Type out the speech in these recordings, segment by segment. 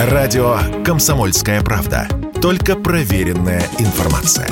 Радио «Комсомольская правда». Только проверенная информация.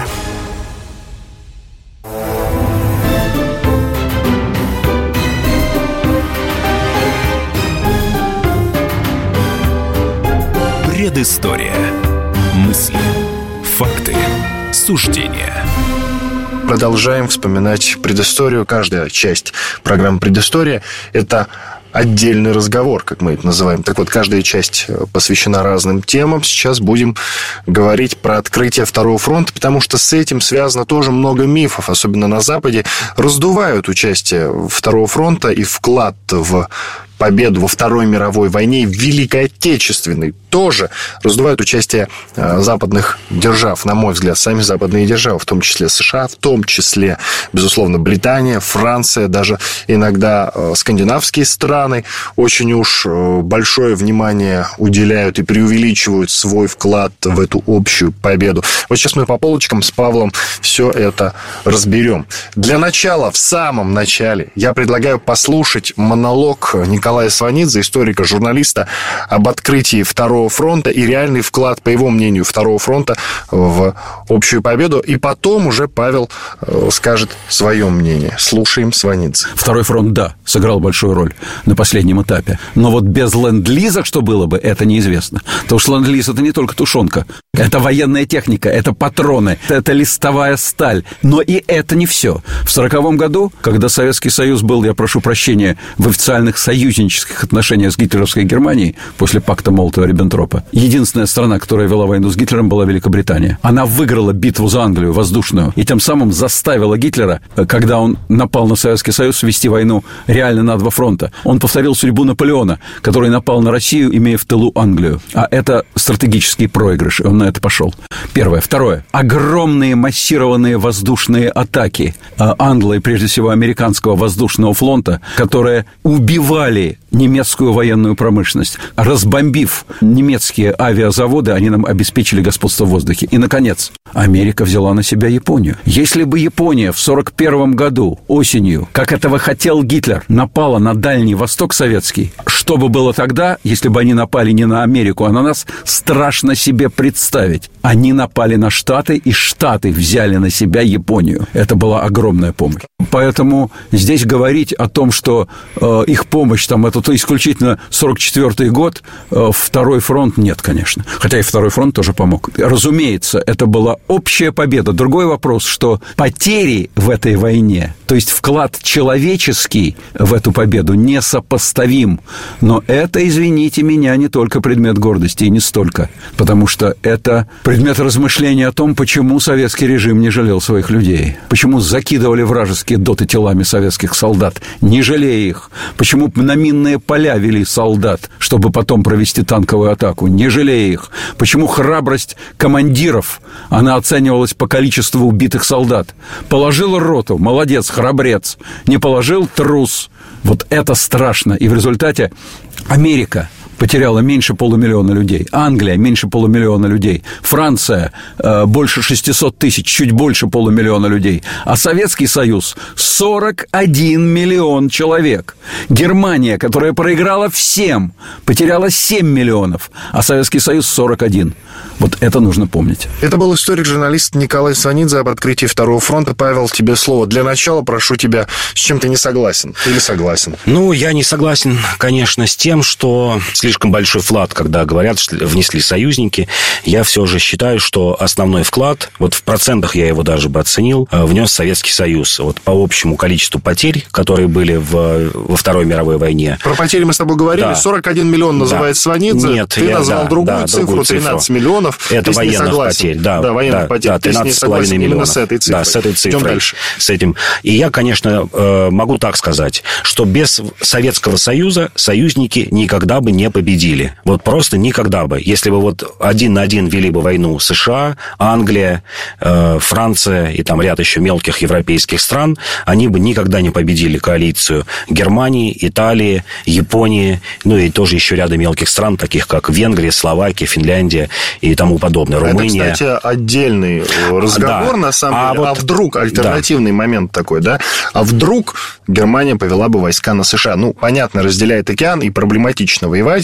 Предыстория. Мысли, факты, суждения. Продолжаем вспоминать предысторию. Каждая часть программы «Предыстория» — это отдельный разговор, как мы это называем. Так вот, каждая часть посвящена разным темам. Сейчас будем говорить про открытие Второго фронта, потому что с этим связано тоже много мифов, особенно на Западе. Раздувают участие Второго фронта и вклад в победу во Второй мировой войне, в Великой Отечественной тоже раздувают участие западных держав, на мой взгляд, сами западные державы, в том числе США, в том числе, безусловно, Британия, Франция, даже иногда скандинавские страны очень уж большое внимание уделяют и преувеличивают свой вклад в эту общую победу. Вот сейчас мы по полочкам с Павлом все это разберем. Для начала, в самом начале, я предлагаю послушать монолог Николая Сванидзе, историка, журналиста, об открытии Второго фронта и реальный вклад, по его мнению, Второго фронта в общую победу. И потом уже Павел скажет свое мнение. Слушаем Сванидзе. Второй фронт, да, сыграл большую роль на последнем этапе. Но вот без ленд-лиза, что было бы, это неизвестно. Потому что ленд-лиз — это не только тушенка. Это военная техника, это патроны, это листовая сталь. Но и это не все. В 1940 году, когда Советский Союз был, я прошу прощения, в официальных союзнических отношениях с гитлеровской Германией после пакта Молотова-Риббентропа, единственная страна, которая вела войну с Гитлером, была Великобритания. Она выиграла битву за Англию воздушную и тем самым заставила Гитлера, когда он напал на Советский Союз, вести войну реально на два фронта. Он повторил судьбу Наполеона, который напал на Россию, имея в тылу Англию. А это стратегический проигрыш, и он на это пошел. Первое. Второе. Огромные массированные воздушные атаки Англии, прежде всего американского воздушного флота, которые убивали немецкую военную промышленность. Разбомбив немецкие авиазаводы, они нам обеспечили господство в воздухе. И, наконец, Америка взяла на себя Японию. Если бы Япония в 1941 году осенью, как этого хотел Гитлер, напала на Дальний Восток советский, что бы было тогда, если бы они напали не на Америку, а на нас, страшно себе представить. Они напали на Штаты, и Штаты взяли на себя Японию. Это была огромная помощь. Поэтому здесь говорить о том, что их помощь, там, это исключительно 1944 год, Второй фронт, нет, конечно. Хотя и Второй фронт тоже помог. Разумеется, это была общая победа. Другой вопрос, что потери в этой войне, то есть вклад человеческий в эту победу, несопоставим. Но это, извините меня, не только предмет гордости, и не столько. Потому что это предмет размышления о том, почему советский режим не жалел своих людей. Почему закидывали вражеские доты телами советских солдат, не жалея их. Почему на минные поля вели солдат, чтобы потом провести танковую атаку, не жалея их. Почему храбрость командиров, она оценивалась по количеству убитых солдат. Положил роту, молодец, храбрец. Не положил, трус. Вот это страшно. И в результате Америка потеряла меньше 500 000 людей. Англия меньше 500 000 людей. Франция больше 600 тысяч, чуть больше 500 000 людей. А Советский Союз 41 миллион человек. Германия, которая проиграла всем, потеряла 7 миллионов, а Советский Союз 41. Вот это нужно помнить. Это был историк-журналист Николай Сванидзе об открытии Второго фронта. Павел, тебе слово. Для начала прошу тебя, с чем ты не согласен или согласен? Ну, я не согласен, конечно, с тем, что слишком большой вклад, когда говорят, что внесли союзники. Я все же считаю, что основной вклад, вот в процентах я его даже бы оценил, внес Советский Союз. Вот по общему количеству потерь, которые были во Второй мировой войне. Про потери мы с тобой говорили. Да. 41 миллион называет Сванидзе. Нет, ты назвал другую цифру, 13 миллионов. Это военных потерь. Да, военных потерь. 13,5 миллионов. С этой цифрой. Да, с этой цифрой. Идем дальше. С этим. И я, конечно, могу так сказать, что без Советского Союза союзники никогда бы не победили. Вот просто никогда бы. Если бы вот 1 на 1 вели бы войну США, Англия, Франция и там ряд еще мелких европейских стран, они бы никогда не победили коалицию Германии, Италии, Японии, ну и тоже еще ряда мелких стран, таких как Венгрия, Словакия, Финляндия и тому подобное. Румыния. Это, кстати, отдельный разговор, на самом деле. А вдруг, альтернативный момент такой, да? А вдруг Германия повела бы войска на США? Ну, понятно, разделяет океан, и проблематично воевать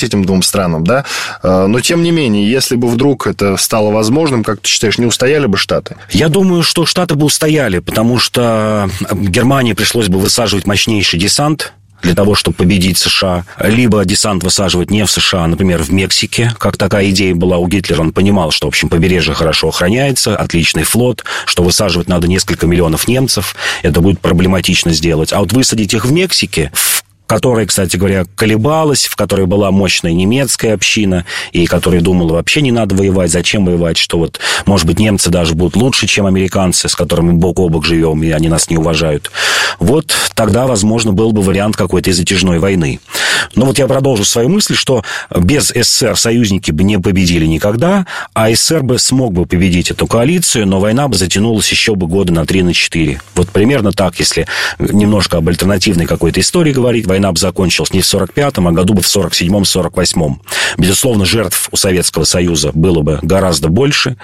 этим двум странам, да? Но, тем не менее, если бы вдруг это стало возможным, как ты считаешь, не устояли бы Штаты? Я думаю, что Штаты бы устояли, потому что Германии пришлось бы высаживать мощнейший десант для того, чтобы победить США, либо десант высаживать не в США, а, например, в Мексике, как такая идея была у Гитлера. Он понимал, что, в общем, побережье хорошо охраняется, отличный флот, что высаживать надо несколько миллионов немцев, это будет проблематично сделать. А вот высадить их в Мексике, в которой, кстати говоря, колебалась, в которой была мощная немецкая община, и которая думала, вообще не надо воевать, зачем воевать, что вот, может быть, немцы даже будут лучше, чем американцы, с которыми бок о бок живем, и они нас не уважают. Вот тогда, возможно, был бы вариант какой-то затяжной войны. Но вот я продолжу свою мысль, что без СССР союзники бы не победили никогда, а СССР бы смог бы победить эту коалицию, но война бы затянулась еще бы года на 3-4. Вот примерно так, если немножко об альтернативной какой-то истории говорить, война бы закончилась не в 45-м, а году бы в 47-м, 48-м. Безусловно, жертв у Советского Союза было бы гораздо больше,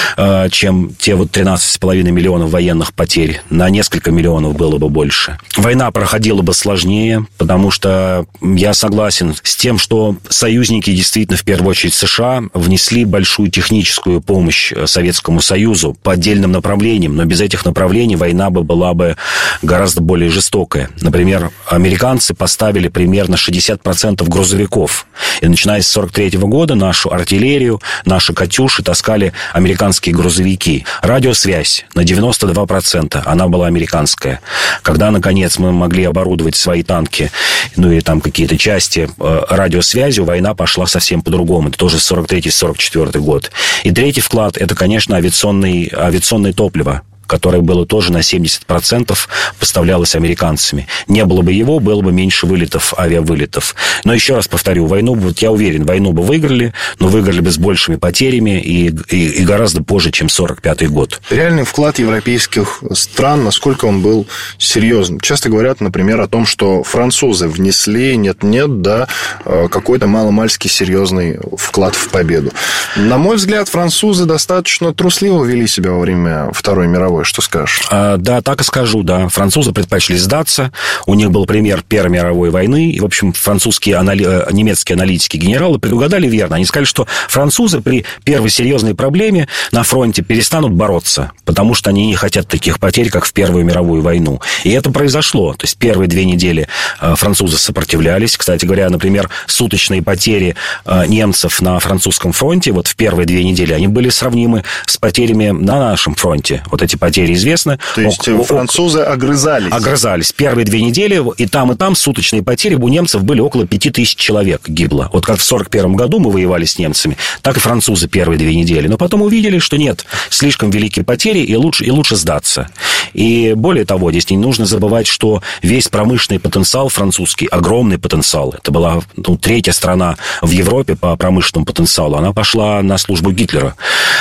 чем те вот 13,5 миллионов военных потерь. На несколько миллионов было бы больше. Война проходила бы сложнее, потому что я согласен с тем, что союзники, действительно, в первую очередь США, внесли большую техническую помощь Советскому Союзу по отдельным направлениям, но без этих направлений война бы была бы гораздо более жестокая. Например, американцы поставили примерно 60% грузовиков. И начиная с 1943 года нашу артиллерию, наши «Катюши» таскали американские грузовики. Радиосвязь на 92%, она была американская. Когда, наконец, мы могли оборудовать свои танки, ну или там какие-то части радиосвязью, война пошла совсем по-другому. Это тоже 1943-1944 год. И третий вклад – это, конечно, авиационное топливо, которое было тоже на 70% поставлялось американцами. Не было бы его, было бы меньше авиавылетов. Но еще раз повторю, войну, вот я уверен, войну бы выиграли, но выиграли бы с большими потерями и гораздо позже, чем 1945 год. Реальный вклад европейских стран, насколько он был серьезным? Часто говорят, например, о том, что французы внесли, нет-нет, да, какой-то маломальски серьезный вклад в победу. На мой взгляд, французы достаточно трусливо вели себя во время Второй мировой. Что скажешь? Да, так и скажу, да. Французы предпочли сдаться. У них был пример Первой мировой войны. И, в общем, немецкие аналитики, генералы предугадали верно. Они сказали, что французы при первой серьезной проблеме на фронте перестанут бороться, потому что они не хотят таких потерь, как в Первую мировую войну. И это произошло. То есть первые 2 недели французы сопротивлялись. Кстати говоря, например, суточные потери немцев на французском фронте вот в первые 2 недели, они были сравнимы с потерями на нашем фронте. Вот эти потери известны. То есть французы огрызались? Огрызались. Первые 2 недели и там суточные потери у немцев были около 5000 человек гибло. Вот как в 1941 году мы воевали с немцами, так и французы первые 2 недели. Но потом увидели, что нет, слишком великие потери, и лучше сдаться. И более того, здесь не нужно забывать, что весь промышленный потенциал французский, огромный потенциал, это была 3-я страна в Европе по промышленному потенциалу, она пошла на службу Гитлера.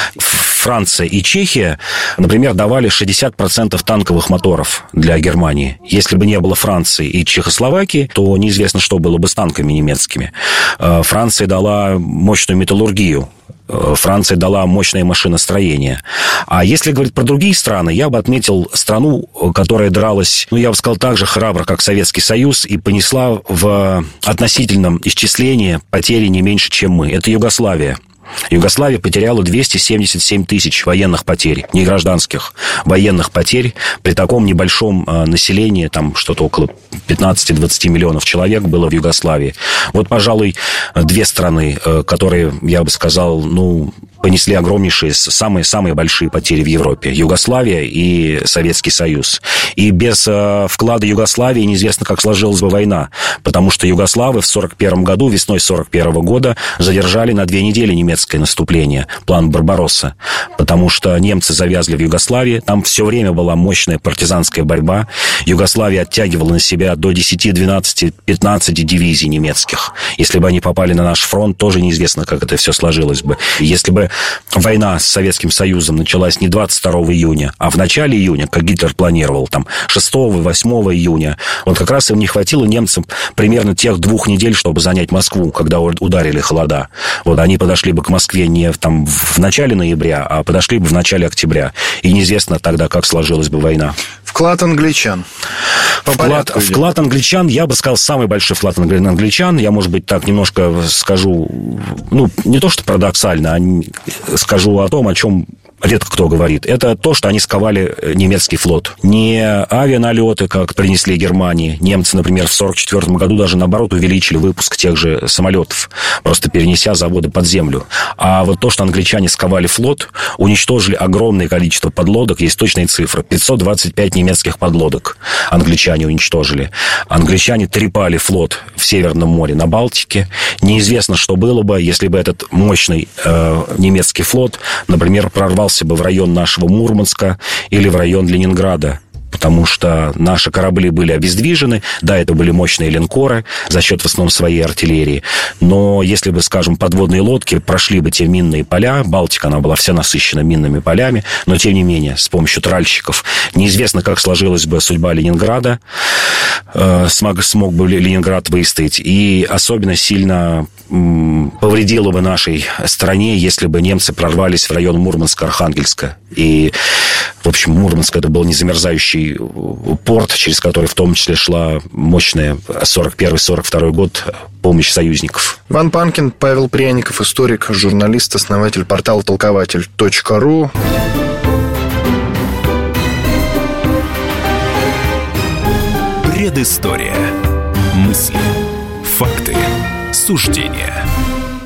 Франция и Чехия, например, давали 60% танковых моторов для Германии. Если бы не было Франции и Чехословакии, то неизвестно, что было бы с танками немецкими. Франция дала мощную металлургию. Франция дала мощное машиностроение. А если говорить про другие страны, я бы отметил страну, которая дралась, я бы сказал, так же храбро, как Советский Союз, и понесла в относительном исчислении потери не меньше, чем мы. Это Югославия. Югославия потеряла 277 тысяч военных потерь, не гражданских, военных потерь при таком небольшом населении, там что-то около 15-20 миллионов человек было в Югославии. Вот, пожалуй, 2 страны, которые, я бы сказал, понесли огромнейшие, самые большие потери в Европе. Югославия и Советский Союз. И без вклада Югославии неизвестно, как сложилась бы война. Потому что югославы в 1941 году, весной 1941 года, задержали на 2 недели немецкое наступление, план Барбаросса. Потому что немцы завязли в Югославии. Там все время была мощная партизанская борьба. Югославия оттягивала на себя до 10, 12, 15 дивизий немецких. Если бы они попали на наш фронт, тоже неизвестно, как это все сложилось бы. Если бы война с Советским Союзом началась не 22 июня, а в начале июня, как Гитлер планировал, там 6-8 июня, вот как раз им не хватило немцам примерно тех 2 недель, чтобы занять Москву, когда ударили холода. Вот они подошли бы к Москве не там в начале ноября, а подошли бы в начале октября. И неизвестно тогда, как сложилась бы война. Вклад англичан. Вклад англичан, я бы сказал, самый большой вклад англичан. Я, может быть, так немножко скажу, не то что парадоксально, а скажу о том, о чем редко кто говорит. Это то, что они сковали немецкий флот. Не авианалеты, как принесли Германии. Немцы, например, в 1944 году даже, наоборот, увеличили выпуск тех же самолетов, просто перенеся заводы под землю. А вот то, что англичане сковали флот, уничтожили огромное количество подлодок, есть точные цифры. 525 немецких подлодок англичане уничтожили. Англичане трепали флот в Северном море, на Балтике. Неизвестно, что было бы, если бы этот мощный немецкий флот, например, прорвался бы в район нашего Мурманска или в район Ленинграда, потому что наши корабли были обездвижены. Да, это были мощные линкоры за счет в основном своей артиллерии. Но если бы, скажем, подводные лодки прошли бы те минные поля, Балтика, она была вся насыщена минными полями, но, тем не менее, с помощью тральщиков, неизвестно, как сложилась бы судьба Ленинграда, смог бы Ленинград выстоять. И особенно сильно повредило бы нашей стране, если бы немцы прорвались в район Мурманска-Архангельска. И, в общем, Мурманск это был незамерзающий порт, через который в том числе шла мощная 41-42 год помощь союзников. Иван Панкин, Павел Пряников, историк, журналист, основатель портала толкователь.ру. Предыстория. Мысли, факты, суждения.